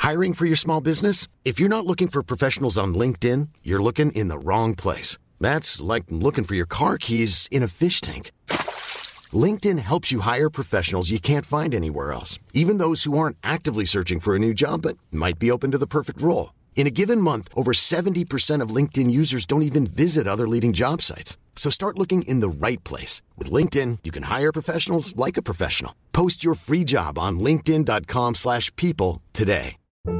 Hiring for your small business? If you're not looking for professionals on LinkedIn, you're looking in the wrong place. That's like looking for your car keys in a fish tank. LinkedIn helps you hire professionals you can't find anywhere else, even those who aren't actively searching for a new job but might be open to the perfect role. In a given month, over 70% of LinkedIn users don't even visit other leading job sites. So start looking in the right place. With LinkedIn, you can hire professionals like a professional. Post your free job on linkedin.com/people today.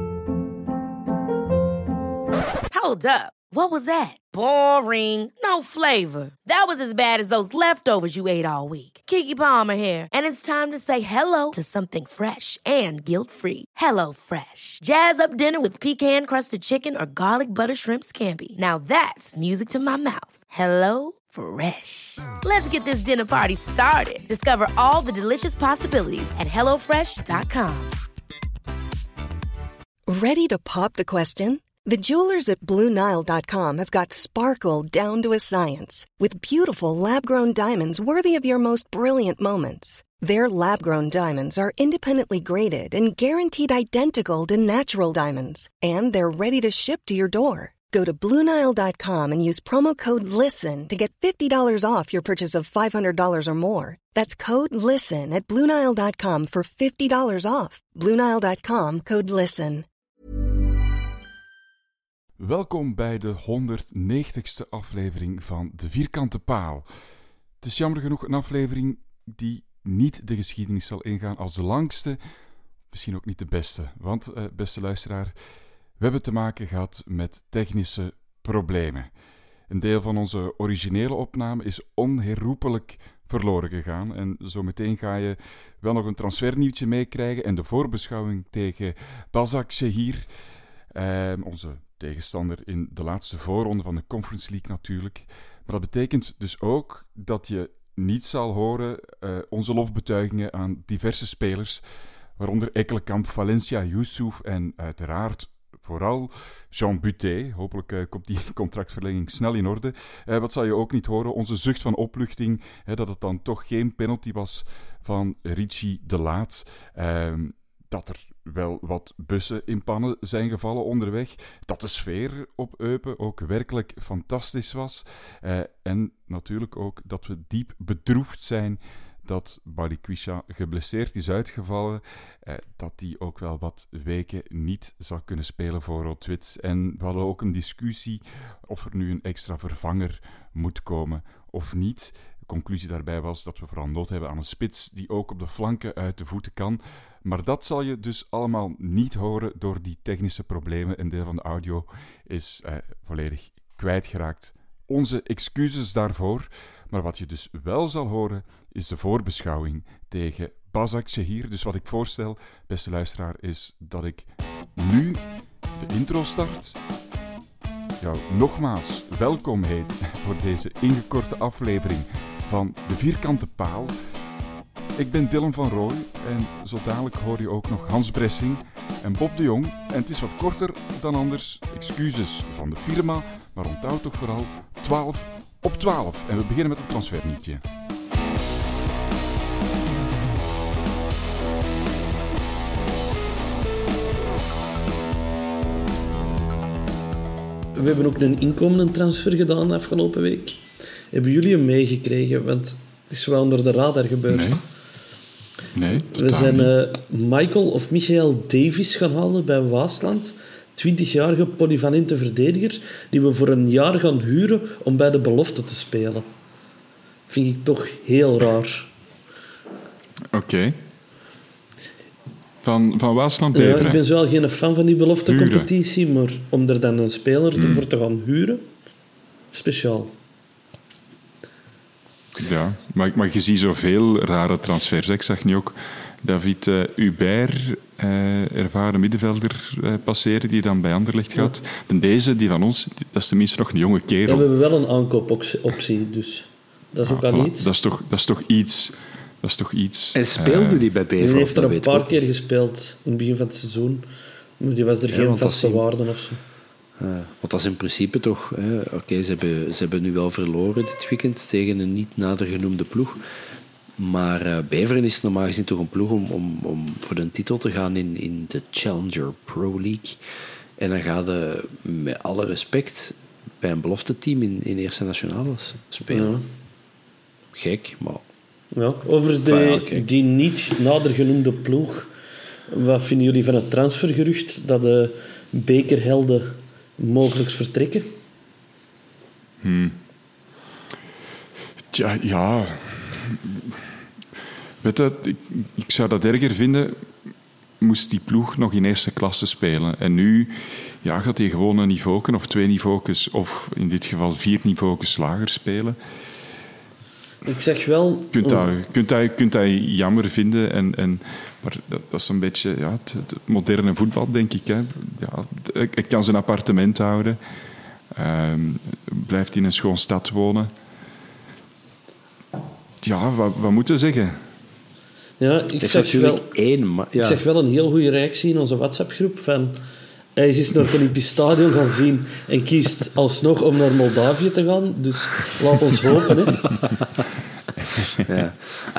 Hold up. What was that? Boring. No flavor. That was as bad as those leftovers you ate all week. Keke Palmer here, and it's time to say hello to something fresh and guilt-free. Hello Fresh. Jazz up dinner with pecan-crusted chicken or garlic butter shrimp scampi. Now that's music to my mouth. Hello Fresh. Let's get this dinner party started. Discover all the delicious possibilities at hellofresh.com. Ready to pop the question? The jewelers at BlueNile.com have got sparkle down to a science with beautiful lab-grown diamonds worthy of your most brilliant moments. Their lab-grown diamonds are independently graded and guaranteed identical to natural diamonds, and they're ready to ship to your door. Go to BlueNile.com and use promo code LISTEN to get $50 off your purchase of $500 or more. That's code LISTEN at BlueNile.com for $50 off. BlueNile.com, code LISTEN. Welkom bij de 190ste aflevering van De Vierkante Paal. Het is jammer genoeg een aflevering die niet de geschiedenis zal ingaan als de langste, misschien ook niet de beste. Want, beste luisteraar, we hebben te maken gehad met technische problemen. Een deel van onze originele opname is onherroepelijk verloren gegaan. En zometeen ga je wel nog een transfernieuwtje meekrijgen en de voorbeschouwing tegen Başakşehir, onze tegenstander in de laatste voorronde van de Conference League natuurlijk. Maar dat betekent dus ook dat je niet zal horen onze lofbetuigingen aan diverse spelers, waaronder Ekkelenkamp, Valencia, Yusuf en uiteraard vooral Jean Buté. Hopelijk komt die contractverlenging snel in orde. Wat zal je ook niet horen? Onze zucht van opluchting, dat het dan toch geen penalty was van Richie de Laat. Dat er wel wat bussen in pannen zijn gevallen onderweg. Dat de sfeer op Eupen ook werkelijk fantastisch was. En natuurlijk ook dat we diep bedroefd zijn dat Balikwisha geblesseerd is uitgevallen. Dat hij ook wel wat weken niet zal kunnen spelen voor Rood-Wit. En we hadden ook een discussie of er nu een extra vervanger moet komen of niet. De conclusie daarbij was dat we vooral nood hebben aan een spits die ook op de flanken uit de voeten kan. Maar dat zal je dus allemaal niet horen door die technische problemen. Een deel van de audio is volledig kwijtgeraakt. Onze excuses daarvoor. Maar wat je dus wel zal horen, is de voorbeschouwing tegen Başakşehir. Dus wat ik voorstel, beste luisteraar, is dat ik nu de intro start. Jou nogmaals welkom heet voor deze ingekorte aflevering van De Vierkante Paal. Ik ben Dylan van Rooij en zo dadelijk hoor je ook nog Hans Bressing en Bob de Jong. En het is wat korter dan anders, excuses van de firma, maar onthoud toch vooral 12 op 12. En we beginnen met een transfernieuwtje. We hebben ook een inkomende transfer gedaan afgelopen week. Hebben jullie hem meegekregen? Want het is wel onder de radar gebeurd. Nee, we zijn Michael of Michael Davies gaan halen bij Waasland. 20-jarige polyvalente verdediger die we voor een jaar gaan huren om bij de belofte te spelen. Vind ik toch heel raar. Oké. Van Waasland Beveren? Ja, ik ben wel geen fan van die beloftecompetitie, maar om er dan een speler voor te gaan huren, speciaal. Ja, maar je ziet zoveel rare transfers. Ik zag nu ook David Hubert, ervaren middenvelder, passeren, die dan bij Anderlecht gaat. En deze, die van ons, dat is tenminste nog een jonge kerel. Ja, we hebben wel een aankoopoptie, dus dat is ook al iets. Dat is toch iets. En speelde die bij Beveren? Hij heeft er een paar keer gespeeld in het begin van het seizoen. Maar die was er geen vaste waarde of zo. Want dat is in principe toch... Oké, ze hebben nu wel verloren dit weekend tegen een niet nader genoemde ploeg. Maar Beveren is normaal gezien toch een ploeg om voor de titel te gaan in de Challenger Pro League. En dan gaat je met alle respect bij een belofteteam in Eerste Nationales spelen. Ja. Gek, maar... Ja, over die niet nader genoemde ploeg, wat vinden jullie van het transfergerucht dat de bekerhelden mogelijk vertrekken? Tja, ja... Weet je, ik zou dat erger vinden, moest die ploeg nog in eerste klasse spelen. En nu gaat hij gewoon een niveaukje of 2 niveaukjes, of in dit geval 4 niveaukjes lager spelen. Ik zeg wel... Kunt dat jammer vinden, maar dat is een beetje het moderne voetbal, denk ik. Hè. Ja, hij kan zijn appartement houden, blijft in een schoon stad wonen. Ja, wat moeten we zeggen? Ja, ik zeg wel een heel goede reactie in onze WhatsApp-groep van... Hij is naar het Olympisch Stadion gaan zien en kiest alsnog om naar Moldavië te gaan. Dus laat ons hopen, hè. Ja.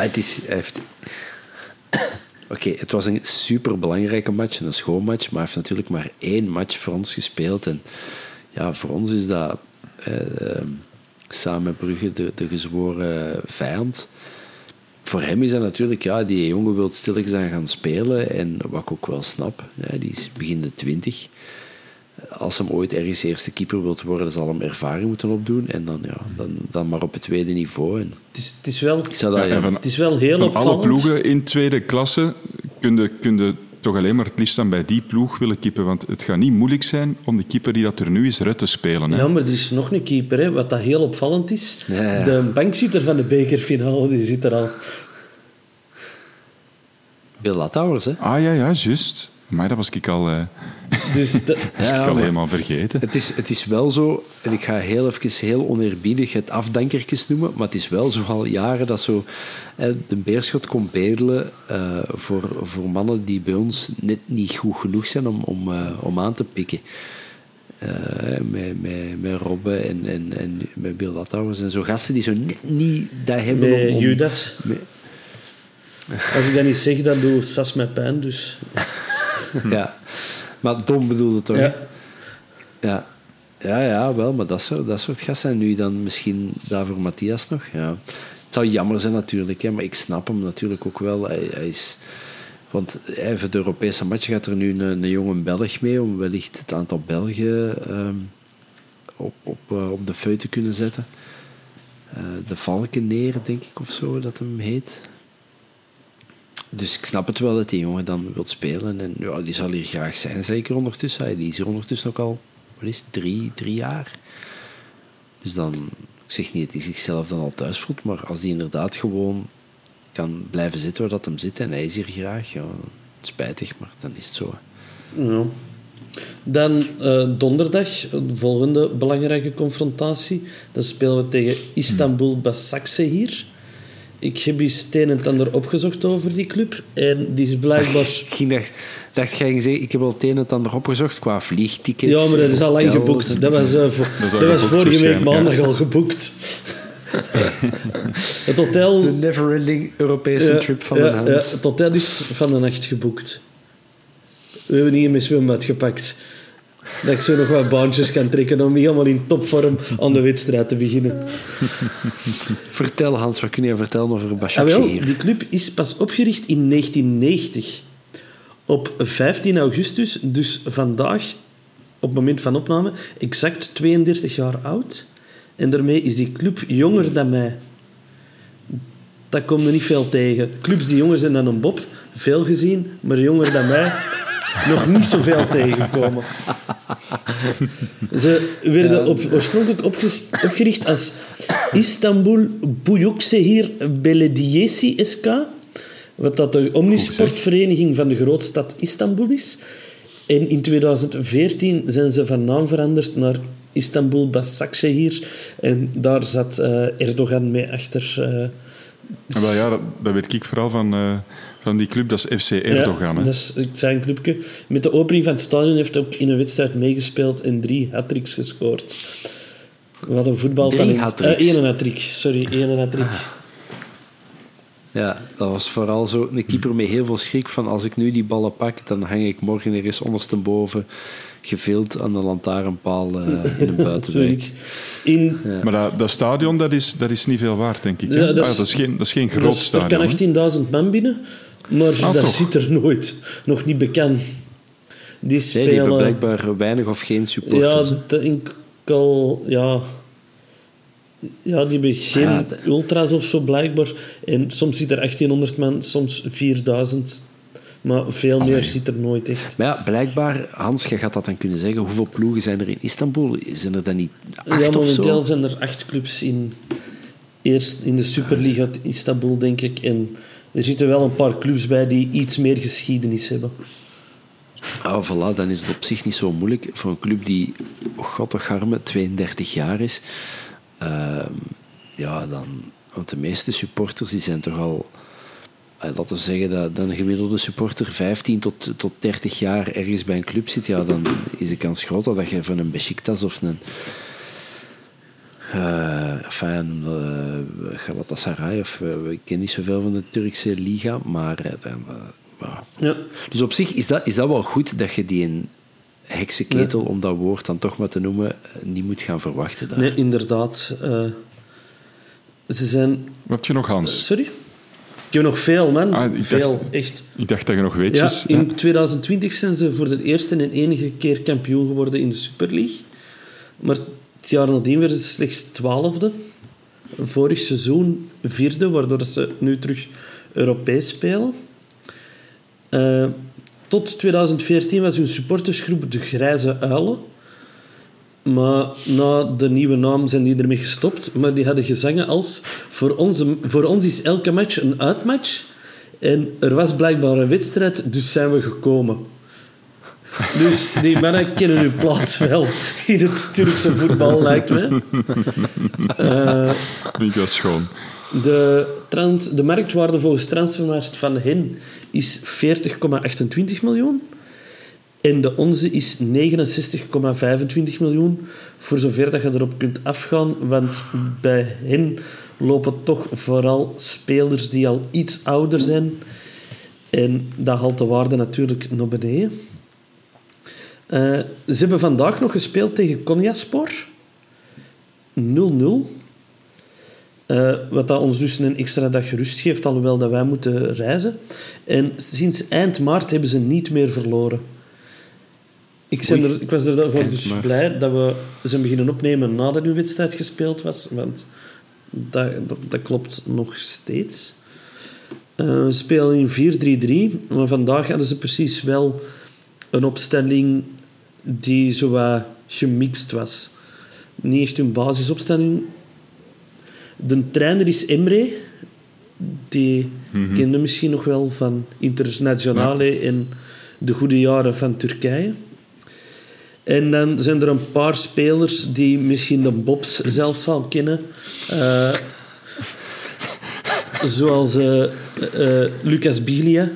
Het was een superbelangrijke match, een schoonmatch, maar hij heeft natuurlijk maar 1 match voor ons gespeeld. En ja, voor ons is dat samen met Brugge de gezworen vijand. Voor hem is dat natuurlijk, die jongen wil stilletjes aan gaan spelen. En wat ik ook wel snap, die is begin de 20. Als hem ooit ergens eerste keeper wilt worden, zal hem ervaring moeten opdoen. En dan maar op het tweede niveau. En het is wel heel opvallend. Alle ploegen in tweede klasse kun je toch alleen maar het liefst dan bij die ploeg willen keepen. Want het gaat niet moeilijk zijn om de keeper die dat er nu is eruit te spelen. Hè? Ja, maar er is nog een keeper, hè, wat dat heel opvallend is. Ja. De bankzitter van de bekerfinale, die zit er al. Bill Latouwers, hè? Ah, ja, juist. Maar dat was ik al... al helemaal vergeten. Het is wel zo, en ik ga heel oneerbiedig het afdankertjes noemen, maar het is wel zo al jaren dat zo de Beerschot komt bedelen voor mannen die bij ons net niet goed genoeg zijn om aan te pikken. Met Robbe en met Bill Latouwers en zo gasten die zo net niet dat hebben met Judas. Als ik dat niet zeg, dan doe Sas met pijn, dus... Ja, maar Dom bedoelde toch? Ja, wel, maar dat soort gasten. En nu dan misschien daarvoor Matthias nog. Ja. Het zou jammer zijn natuurlijk, hè, maar ik snap hem natuurlijk ook wel. Hij is... Want voor de Europese match gaat er nu een jonge Belg mee om wellicht het aantal Belgen op de feu te kunnen zetten. De Valkeneer, denk ik, of zo, dat hem heet. Dus ik snap het wel dat die jongen dan wil spelen. En ja, die zal hier graag zijn, zeker ondertussen. Die is hier ondertussen ook al, wat is het, 3 jaar. Dus dan, ik zeg niet dat hij zichzelf dan al thuis voelt, maar als die inderdaad gewoon kan blijven zitten waar dat hem zit en hij is hier graag, ja, spijtig, maar dan is het zo. Ja. Dan donderdag, de volgende belangrijke confrontatie. Dan spelen we tegen Istanbul Başakşehir. Ik heb eens het een en het ander opgezocht over die club. En die is blijkbaar... Ik dacht, ga je zeggen, ik heb al het een en het ander opgezocht qua vliegtickets. Ja, maar dat is al lang geboekt. Dat was vorige week maandag al geboekt. Het hotel... De never-ending Europese trip van de hand. Ja, het hotel is van de nacht geboekt. We hebben niet in mijn zwembad gepakt. Dat ik zo nog wat baantjes kan trekken om helemaal in topvorm aan de wedstrijd te beginnen. Vertel Hans, wat kun je vertellen over Başakşehir? Die club is pas opgericht in 1990. Op 15 augustus, dus vandaag, op het moment van opname, exact 32 jaar oud. En daarmee is die club jonger dan mij. Dat komt er niet veel tegen. Clubs die jonger zijn dan een Bob, veel gezien, maar jonger dan mij... nog niet zoveel tegenkomen. Ze werden oorspronkelijk opgericht als Istanbul Büyükşehir Belediyesi SK, wat dat de omnisportvereniging van de grootstad Istanbul is. En in 2014 zijn ze van naam veranderd naar Istanbul Başakşehir. En daar zat Erdogan mee achter. Wel ja, dat weet ik vooral van die club, dat is FC Erdogan. Ja, dat is zijn clubje. Met de opening van het stadion heeft hij ook in een wedstrijd meegespeeld en 3 hat-tricks gescoord. Wat een voetbaltalent. 3 hat-tricks? 1 hat-trick, sorry, 1 hat-trick. Ja, dat was vooral zo een keeper met heel veel schrik van als ik nu die ballen pak, dan hang ik morgen ergens ondersteboven gevild aan de lantaarnpaal in een buitenwijk. Maar dat stadion, dat is niet veel waard, denk ik. Ja, dat is geen groot stadion. Er kan 18.000 man binnen, maar dat toch? zit er nooit. Nog niet bekend. Die spelen... Die hebben blijkbaar weinig of geen supporters. Ja, dat enkel... Ja, die hebben geen ultras of zo, blijkbaar. En soms zit er 1800 man, soms 4000. Maar veel meer zit er nooit echt. Maar ja, blijkbaar, Hans, je gaat dat dan kunnen zeggen. Hoeveel ploegen zijn er in Istanbul? Zijn er dan niet 8 ja, of zo? momenteel zijn er 8 clubs eerst in de Superliga uit Istanbul, denk ik. En er zitten wel een paar clubs bij die iets meer geschiedenis hebben. Voilà, dan is het op zich niet zo moeilijk. Voor een club die, god toch arme, 32 jaar is. Want de meeste supporters die zijn toch al... laten we zeggen dat een gemiddelde supporter 15 tot 30 jaar ergens bij een club zit. Ja, dan is de kans groter dat je van een Beşiktaş of een... Galatasaray of... ik ken niet zoveel van de Turkse liga, maar... Ja. Dus op zich is dat wel goed dat je die een heksenketel, om dat woord dan toch maar te noemen, niet moet gaan verwachten daar. Nee, inderdaad. Ze zijn... Wat heb je nog, Hans? Sorry? Ik heb nog veel, man. Echt. Ik dacht dat je nog weetjes... Ja, in 2020 zijn ze voor de eerste en enige keer kampioen geworden in de Super League. Maar het jaar nadien werden ze slechts 12e. Vorig seizoen 4e, waardoor ze nu terug Europees spelen. Tot 2014 was hun supportersgroep de Grijze Uilen. Maar na de nieuwe naam zijn die ermee gestopt. Maar die hadden gezangen als... Voor ons is elke match een uitmatch. En er was blijkbaar een wedstrijd, dus zijn we gekomen. Dus die mannen kennen hun plaats wel in het Turkse voetbal, lijkt me. Vind ik wel schoon. De marktwaarde volgens Transfermarkt van hen is 40,28 miljoen. En de onze is 69,25 miljoen. Voor zover dat je erop kunt afgaan. Want bij hen lopen toch vooral spelers die al iets ouder zijn. En dat haalt de waarde natuurlijk naar beneden. Ze hebben vandaag nog gespeeld tegen Konyaspor. 0-0. Wat dat ons dus een extra dag rust geeft, alhoewel dat wij moeten reizen. En sinds eind maart hebben ze niet meer verloren. Ik was er daarvoor dus blij dat we ze beginnen opnemen nadat uw wedstrijd gespeeld was. Want dat klopt nog steeds. We spelen in 4-3-3. Maar vandaag hadden ze precies wel een opstelling die zo wat gemixt was. Niet echt hun basisopstelling. De trainer is Emre. Die kende misschien nog wel van Internazionale en de goede jaren van Turkije. En dan zijn er een paar spelers die misschien de Bobs zelfs al kennen. Zoals Lucas Biglia.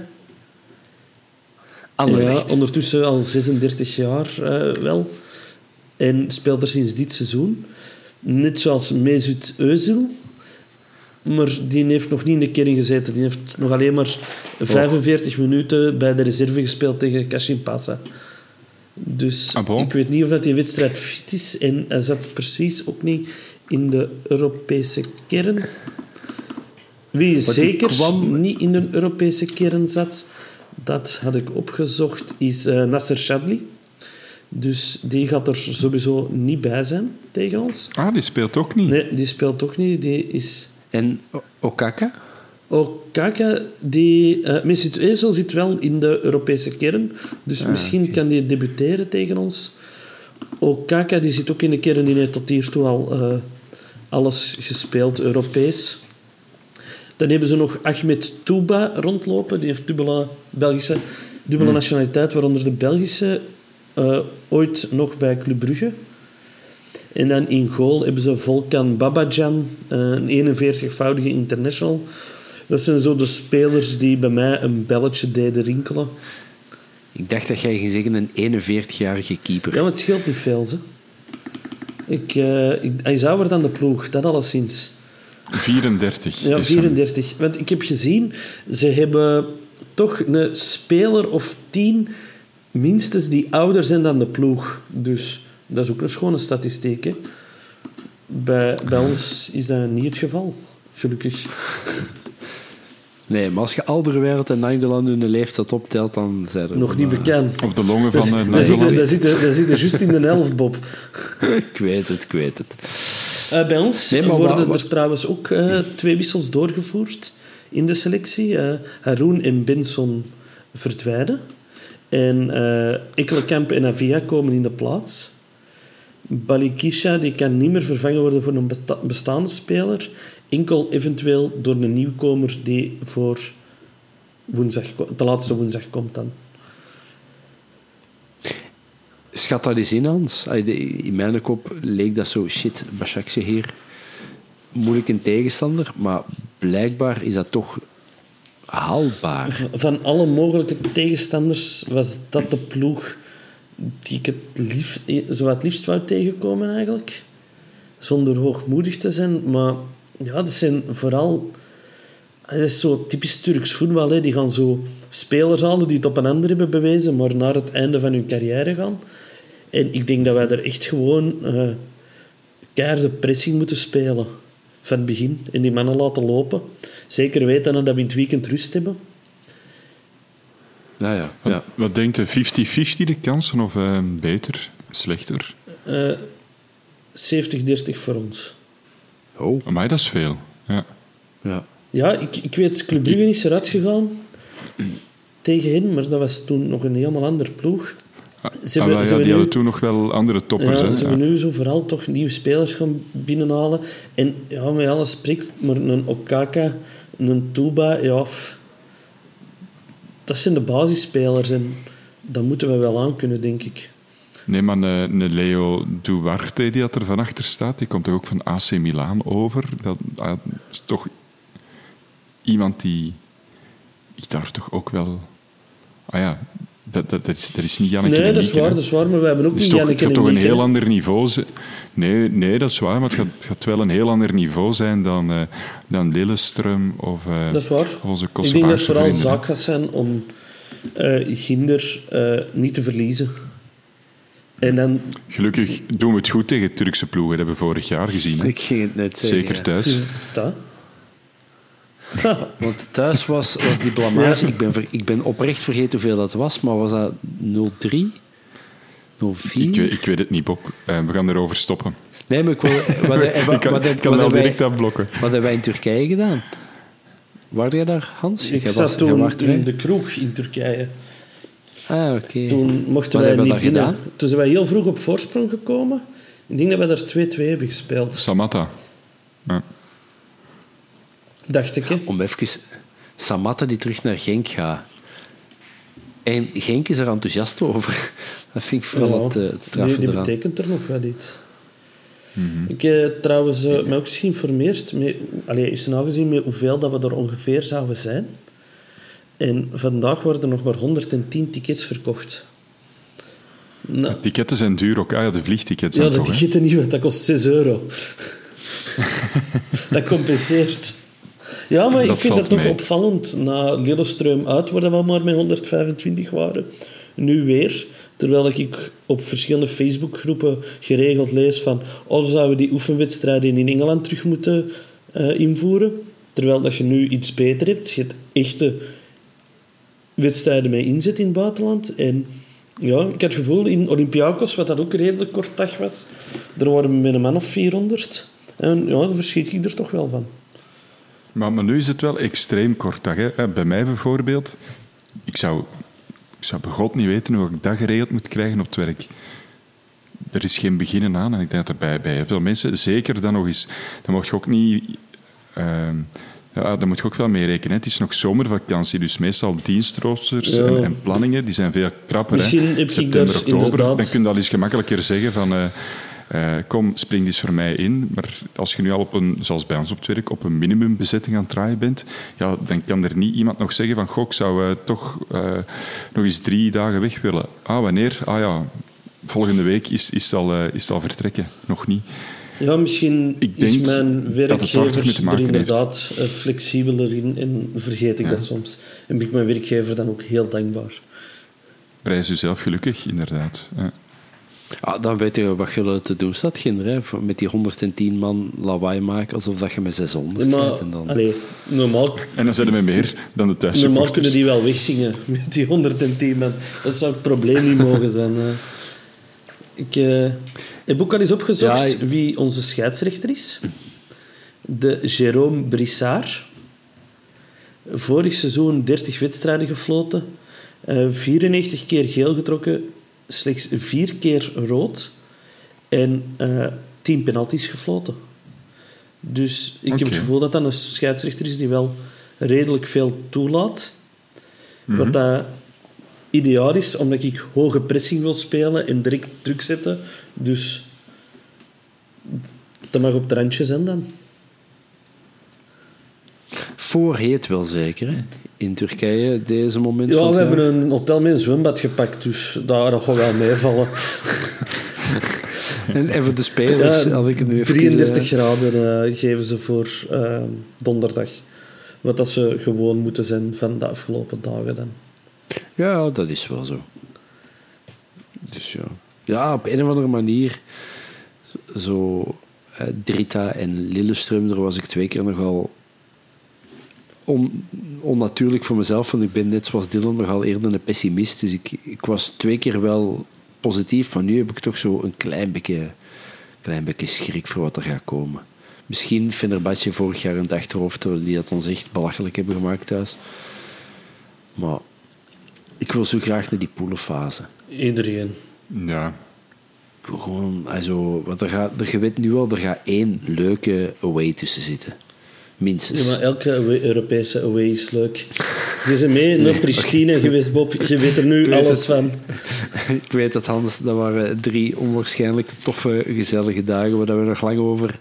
Ja, ondertussen al 36 jaar wel. En speelt er sinds dit seizoen. Net zoals Mesut Özil. Maar die heeft nog niet in de kern gezeten. Die heeft nog alleen maar 45 minuten bij de reserve gespeeld tegen Kasimpasa. Dus ik weet niet of dat die wedstrijd fit is. En hij zat precies ook niet in de Europese kern. Wie zeker niet in de Europese kern zat, dat had ik opgezocht, is Nasser Chadli. Dus die gaat er sowieso niet bij zijn tegen ons. Die speelt ook niet? Nee, die speelt ook niet. Die is... En Okaka? Okaka, Mesut Özil zit wel in de Europese kern. Dus misschien kan die debuteren tegen ons. Okaka die zit ook in de kern. Die heeft tot hiertoe al alles gespeeld, Europees. Dan hebben ze nog Ahmed Touba rondlopen. Die heeft dubbele nationaliteit, waaronder de Belgische. Ooit nog bij Club Brugge. En dan in goal hebben ze Volkan Babacan, een 41-voudige international. Dat zijn zo de spelers die bij mij een belletje deden rinkelen. Ik dacht dat jij ging zeggen een 41-jarige keeper. Ja, maar het scheelt niet veel, hè. Hij is ouder dan de ploeg, dat alleszins. 34. Ja, 34. Want ik heb gezien, ze hebben toch een speler of 10 minstens die ouder zijn dan de ploeg. Dus dat is ook een schone statistiek. Hè? Bij ons is dat niet het geval, gelukkig. Nee, maar als je Alderweireld en Nainggolan hun leeftijd optelt, dan zijn er... Nog niet bekend. Op de longen van Dat zit er juist in de helft, Bob. Ik weet het. Bij ons worden er trouwens ook 2 wissels doorgevoerd in de selectie. Haroun en Benson verdwijnen. En Ekkelenkamp en Avia komen in de plaats. Balikisha die kan niet meer vervangen worden voor een bestaande speler. Enkel eventueel door een nieuwkomer die voor de laatste woensdag komt dan. Schat dat eens in, Hans. In mijn kop leek dat zo... Shit, Başakşehir hier. Moeilijk een tegenstander. Maar blijkbaar is dat toch haalbaar. Van alle mogelijke tegenstanders was dat de ploeg die ik het liefst wou tegenkomen eigenlijk. Zonder hoogmoedig te zijn. Maar ja, dat zijn vooral... Het is zo typisch Turks voetbal. Hè. Die gaan zo spelers halen die het op een ander hebben bewezen, maar naar het einde van hun carrière gaan. En ik denk dat wij er echt gewoon keiharde pressing moeten spelen. Van het begin. En die mannen laten lopen. Zeker weten dat we in het weekend rust hebben. Ja. Wat denkt u? 50-50 de kansen? Of beter? Slechter? 70-30 voor ons. Oh. Maar dat is veel. Ja. Ja, ik weet, Club Brugge is eruit gegaan tegen hen, maar dat was toen nog een helemaal andere ploeg. Die hadden toen nog wel andere toppers. Ja, ze hebben nu zo vooral toch nieuwe spelers gaan binnenhalen. En ja, met alles spreekt, maar een Okaka, een Touba, ja, dat zijn de basisspelers en dat moeten we wel aan kunnen, denk ik. Nee, maar een Leo Duarte die er van achter staat, die komt toch ook van AC Milan over. Dat is toch iemand die ik daar toch ook wel... Dat is niet Janneke. Nee, dat is waar, maar we hebben ook niet Janneke en Mieke. Het gaat toch een heel ander niveau zijn. Nee, dat is waar, maar het gaat wel een heel ander niveau zijn dan Lillestrøm of dat is waar. Onze Kosovaarse Ik denk dat het vooral vrienden. zaak gaat zijn om Ginder niet te verliezen. En dan... Gelukkig doen we het goed tegen Turkse ploegen, dat hebben we vorig jaar gezien. Hè? Ik ging het net zeggen. Zeker thuis. Dus dat. Want thuis was die blamage... Ja. Ik ben oprecht vergeten hoeveel dat was, maar was dat 0-3? 0-4? Ik weet het niet, Bob. We gaan erover stoppen. Nee, maar ik kan wel direct afblokken. Wat hebben wij in Turkije gedaan? Waar jij daar, Hans? Ik zat toen in de kroeg in Turkije. Ah, oké. Toen mochten wij niet binnen. Toen zijn wij heel vroeg op voorsprong gekomen. Ik denk dat wij daar 2-2 hebben gespeeld. Samatta. Ja. Dacht ik, hè? Om even... Samatta die terug naar Genk gaat. En Genk is er enthousiast over. Dat vind ik vooral het straffe die eraan. betekent er nog wel iets. Mm-hmm. Ik heb trouwens mij ook eens geïnformeerd. Eens nagezien met hoeveel dat we er ongeveer zouden zijn. En vandaag worden er nog maar 110 tickets verkocht. Nou, de ticketten zijn duur ook. Ah, ja, de vliegtickets. Ja, de ticketten niet, want dat kost €6. Dat compenseert. Ja, maar ik vind dat toch opvallend. Na Lillestrøm uit, waar we maar met 125 waren. Nu weer. Terwijl ik op verschillende Facebookgroepen geregeld lees van... zouden we die oefenwedstrijden in Engeland terug moeten invoeren. Terwijl dat je nu iets beter hebt. Je hebt echte wedstrijden met inzet in het buitenland. En ja, ik had het gevoel in Olympiakos, wat dat ook een redelijk kort dag was, er waren we met een man of 400. En ja, daar verschiet ik er toch wel van. Maar nu is het wel extreem kort dag. Hè? Bij mij bijvoorbeeld, ik zou bij God niet weten hoe ik dat geregeld moet krijgen op het werk. Er is geen beginnen aan. En ik denk dat er bij heel veel mensen, zeker dan nog eens, dan mag je ook niet... daar moet je ook wel mee rekenen. Het is nog zomervakantie, dus meestal dienstroosters en planningen, die zijn veel krapper. Misschien heb september, ik oktober, inderdaad... dan kun je al eens gemakkelijker zeggen van... kom, spring eens voor mij in. Maar als je nu al zoals bij ons op het werk, op een minimumbezetting aan het draaien bent, ja, dan kan er niet iemand nog zeggen van, goh, ik zou toch nog eens 3 dagen weg willen. Wanneer? Ja, volgende week is het al vertrekken. Nog niet. Ja, misschien Ik is denk mijn dat het daar toch mee te werkgever er maken inderdaad flexibeler in en vergeet ik dat soms. En ben ik mijn werkgever dan ook heel dankbaar. Prijs jezelf gelukkig, inderdaad. Ja. Ah, dan weet je wat je te doen staat, kinderen. Hè? Met die 110 man lawaai maken, alsof dat je met 600 Maar, zit. En dan... allee, normaal En dan zijn er met meer dan de thuissupporters. Normaal kunnen die wel wegzingen met die 110 man. Dat zou het probleem niet mogen zijn. Ik heb ook al eens opgezocht wie onze scheidsrechter is. De Jérôme Brissard. Vorig seizoen 30 wedstrijden gefloten. 94 keer geel getrokken. Slechts 4 keer rood. En 10 penalties gefloten. Dus ik heb het gevoel dat dat een scheidsrechter is die wel redelijk veel toelaat. Wat dat ideaal is, omdat ik hoge pressing wil spelen en direct druk zetten. Dus dat mag op het randje zijn dan. Voor heet wel zeker, hè? In Turkije, deze moment Ja, van we het hebben jaar. een hotel met een zwembad gepakt, dus dat gaat wel meevallen. En even de spelers, als ik het nu even... 33 graden geven ze voor donderdag. Wat dat ze gewoon moeten zijn van de afgelopen dagen dan. Ja, dat is wel zo. Dus ja. Ja, op een of andere manier... Zo... Drita en Lillestrøm, daar was ik 2 keer nogal... onnatuurlijk voor mezelf, want ik ben net zoals Dylan nogal eerder een pessimist. Dus ik was 2 keer wel positief, maar nu heb ik toch zo een klein beetje schrik voor wat er gaat komen. Misschien Fenerbahce vorig jaar in het achterhoofd, die dat ons echt belachelijk hebben gemaakt thuis. Maar ik wil zo graag naar die poelenfase. Iedereen. Ja. Ik wil gewoon... Also, want je weet nu al, er gaat 1 leuke away tussen zitten. Minstens. Ja, maar elke Europese away is leuk. Je bent mee naar Pristina geweest, Bob. Je weet er nu alles van. Ik weet het, Hans. Dat waren 3 onwaarschijnlijk toffe, gezellige dagen waar we nog lang over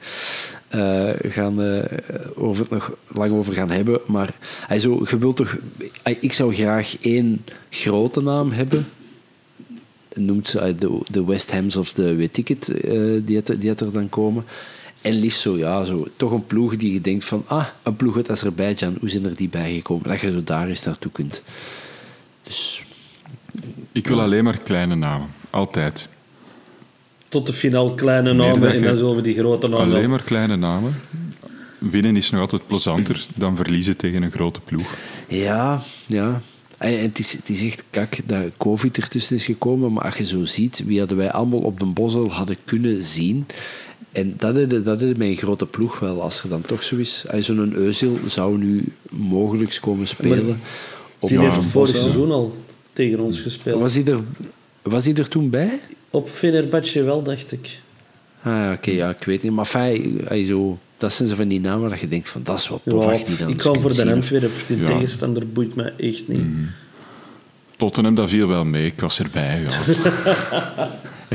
gaan hebben. Maar also, je wilt toch... Ik zou graag 1 grote naam hebben. Noemt ze de West Hams of de weet ik het, die er dan komen. En liefst zo, toch een ploeg die je denkt van... een ploeg uit Azerbeidzjan, hoe zijn er die bijgekomen? Dat je zo daar eens naartoe kunt. Dus... Ik wil alleen maar kleine namen. Altijd. Tot de finale kleine namen en dan zullen we die grote namen... Alleen maar kleine namen. Winnen is nog altijd plezanter dan verliezen tegen een grote ploeg. Ja. En het is echt kak dat COVID ertussen is gekomen, maar als je zo ziet, wie hadden wij allemaal op de Bosel hadden kunnen zien... En dat is met een grote ploeg wel, als er dan toch zo is. Zo'n Özil zou nu mogelijk komen spelen. Die heeft vorig seizoen al tegen ons gespeeld. Was hij er toen bij? Op Fenerbahce wel, dacht ik. Oké, ik weet niet. Maar fijn, dat zijn zo van die namen dat je denkt van, dat is wat tof. Ik kan voor de Antwerpen, die tegenstander boeit mij echt niet. Tottenham, dat viel wel mee. Ik was erbij, ja.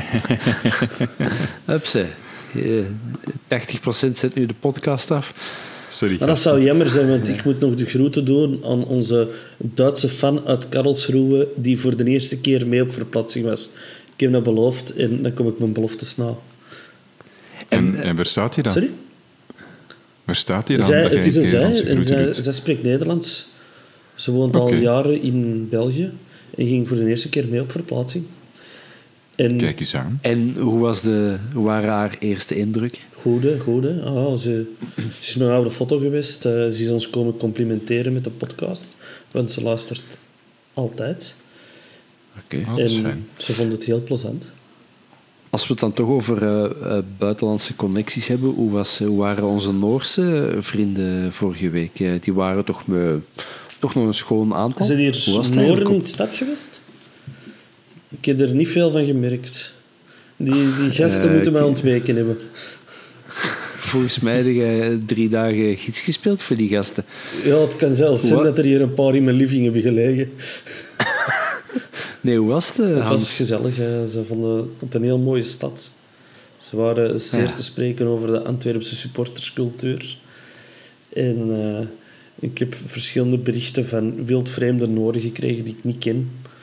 Hupse. 80% zet nu de podcast af. Sorry. Maar dat zou jammer zijn, want ik moet nog de groeten doen aan onze Duitse fan uit Karlsruhe, die voor de eerste keer mee op verplaatsing was. Ik heb dat beloofd en dan kom ik mijn beloftes na. En waar staat hij dan? Sorry? Waar staat hij dan? Het is een zij en zij spreekt Nederlands. Ze woont al jaren in België en ging voor de eerste keer mee op verplaatsing. En kijk eens aan. En hoe waren haar eerste indrukken? Goede. Ze is met mij op de foto geweest. Ze is ons komen complimenteren met de podcast. Want ze luistert altijd. Oké. Ze vond het heel plezant. Als we het dan toch over buitenlandse connecties hebben, hoe waren onze Noorse vrienden vorige week? Die waren toch nog een schoon aantal. Zijn hier Noorden in de stad geweest? Ik heb er niet veel van gemerkt. Die gasten moeten mij ontweken hebben. Volgens mij heb je 3 dagen gids gespeeld voor die gasten. Ja, het kan zelfs zijn dat er hier een paar in mijn living hebben gelegen. Nee, hoe was het, Hans? Het was gezellig. Ze vonden het een heel mooie stad. Ze waren zeer te spreken over de Antwerpse supporterscultuur. En ik heb verschillende berichten van wildvreemde Noorden gekregen die ik niet ken.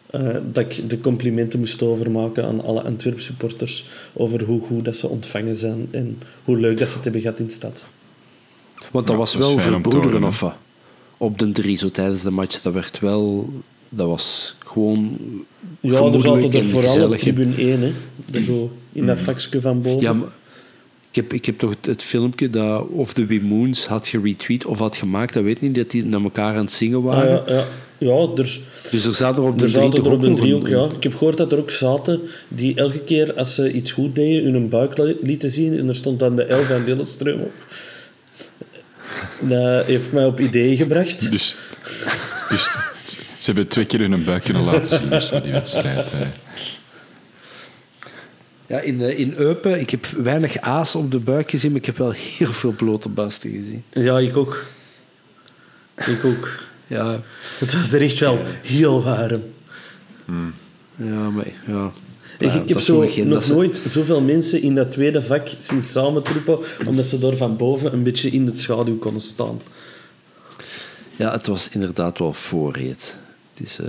dat ik de complimenten moest overmaken aan alle Antwerp supporters over hoe goed dat ze ontvangen zijn en hoe leuk dat ze het hebben gehad in de stad. Want dat was wel verbroederen of wat? Op de 3, zo tijdens de match. Dat was gewoon Ja, er zaten er vooral gezellig. op tribune 1, hè. Zo in dat vakje van boven. Ja, maar ik heb toch het filmpje dat of de Wimoons had geretweet of had gemaakt, dat weet niet, dat die naar elkaar aan het zingen waren. Dus er zaten er op de er 3 zaten toch er ook op de nog 3 een- ook, ja. Ik heb gehoord dat er ook zaten die elke keer als ze iets goed deden, hun buik lieten zien en er stond dan de L van Lillestrøm op. Dat heeft mij op ideeën gebracht. Dus ze hebben 2 keer hun buik kunnen laten zien, dus die wedstrijd. Ja, in Eupen, ik heb weinig aas op de buik gezien, maar ik heb wel heel veel blote basten gezien. Ja, ik ook. Ja, Het was er echt wel heel warm. ja maar ja. Ik dat heb is zo geen- nog dat is- nooit zoveel mensen in dat tweede vak zien samentroepen, omdat ze daar van boven een beetje in de schaduw konden staan. Ja, het was inderdaad wel voorreed. Het is...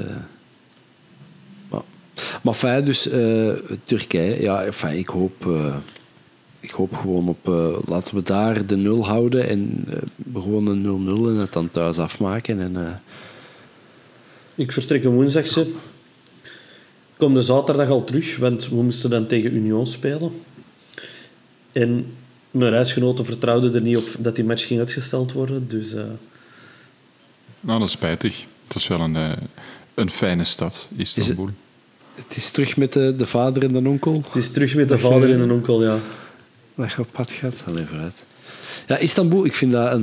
Maar fijn, dus Turkije. Ja, enfin, ik hoop gewoon op... laten we daar de 0 houden en gewoon een 0-0 en het dan thuis afmaken. En, Ik vertrek een woensdagse. Ik kom de zaterdag al terug, want we moesten dan tegen Union spelen. En mijn reisgenoten vertrouwden er niet op dat die match ging uitgesteld worden. Dus Nou, dat is spijtig. Het was wel een fijne stad, Istanbul. het is terug met de vader en de onkel. het is terug met de vader en een onkel, ja. Dat je op pad gaat. Allee, vooruit. Ja, Istanbul, ik vind dat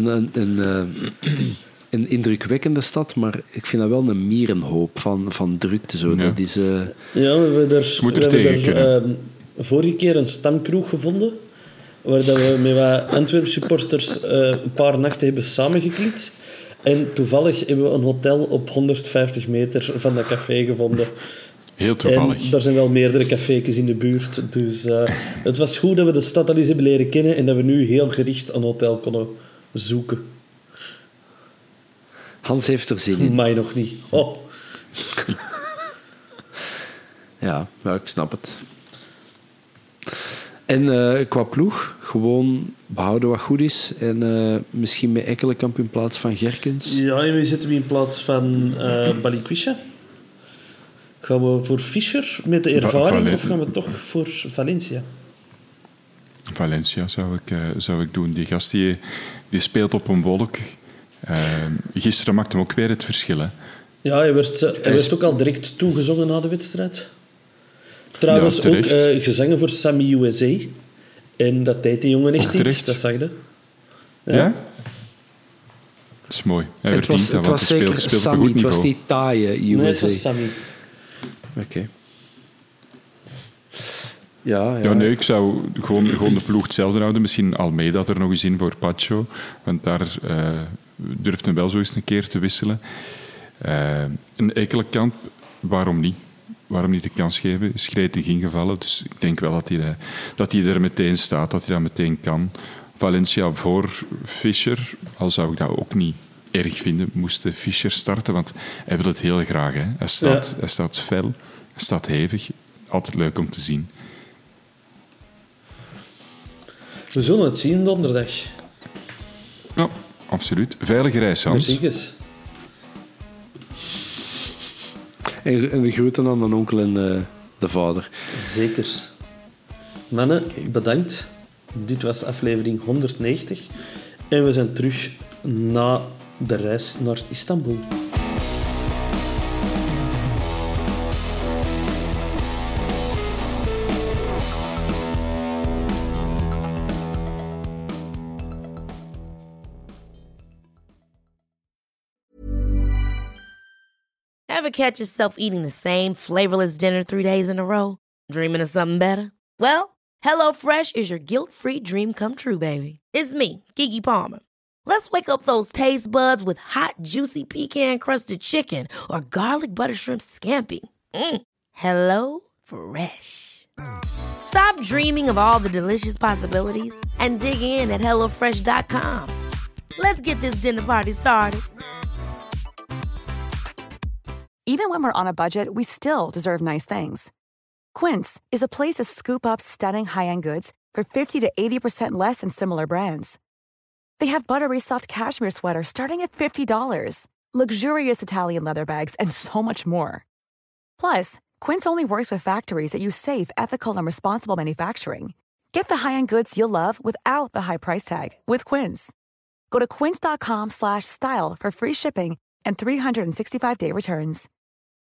een indrukwekkende stad, maar ik vind dat wel een mierenhoop van drukte. Zo. Ja. Dat is... Ja, we hebben er, Moet er we hebben tegen er kunnen. vorige keer een stamkroeg gevonden, waar dat we met wat Antwerp supporters een paar nachten hebben samengeklikt. En toevallig hebben we een hotel op 150 meter van dat café gevonden. Heel toevallig. En er zijn wel meerdere café's in de buurt. Dus het was goed dat we de stad al eens hebben leren kennen en dat we nu heel gericht een hotel konden zoeken. Hans heeft er zin in. Mij nog niet. Oh. Ja, ik snap het. En qua ploeg, gewoon behouden wat goed is. En misschien met Ekkelenkamp in plaats van Gerkens. Ja, en wie zitten we in plaats van Balikwisha? Gaan we voor Fischer met de ervaring of gaan we toch voor Valencia? Valencia zou ik doen. Die gast die speelt op een wolk. Gisteren maakte hem ook weer het verschil. Hè. Ja, hij werd ook al direct toegezongen na de wedstrijd. Trouwens, Ja, ook terecht. gezangen voor Sammy USA. En dat deed die jongen echt iets, terecht. dat zag je. Ja? Dat is mooi. Hij Het verdient dat, was want hij zeker speelt op een Sammy, goed het was niveau. niet taaie USA. Nee, het was Sammy. Oké. Ja. Ja, nee, ik zou gewoon de ploeg hetzelfde houden. Misschien Almeida er nog eens in voor Pacho. Want daar durft hem wel zo eens een keer te wisselen. Een Ekkelenkamp, waarom niet? Waarom niet de kans geven? Is gretig ingevallen. Dus ik denk wel dat hij er meteen staat, dat hij dat meteen kan. Valencia voor Fischer, al zou ik dat ook niet erg vinden, moest Fischer starten, want hij wil het heel graag. Hè. Hij staat fel, hij staat hevig. Altijd leuk om te zien. We zullen het zien donderdag. Ja, absoluut. Veilige reis, Hans. Merciekes. En de groeten aan de onkel en de vader. Zekers. Mannen, bedankt. Dit was aflevering 190. En we zijn terug na de reis naar Istanbul. Ever catch yourself eating the same flavorless dinner 3 days in a row? Dreaming of something better? Well, HelloFresh is your guilt-free dream come true, baby. It's me, Keke Palmer. Let's wake up those taste buds with hot, juicy pecan-crusted chicken or garlic butter shrimp scampi. Hello Fresh. Stop dreaming of all the delicious possibilities and dig in at HelloFresh.com. Let's get this dinner party started. Even when we're on a budget, we still deserve nice things. Quince is a place to scoop up stunning high-end goods for 50 to 80% less than similar brands. They have buttery soft cashmere sweaters starting at $50, luxurious Italian leather bags, and so much more. Plus, Quince only works with factories that use safe, ethical, and responsible manufacturing. Get the high-end goods you'll love without the high price tag with Quince. Go to quince.com/style for free shipping and 365-day returns.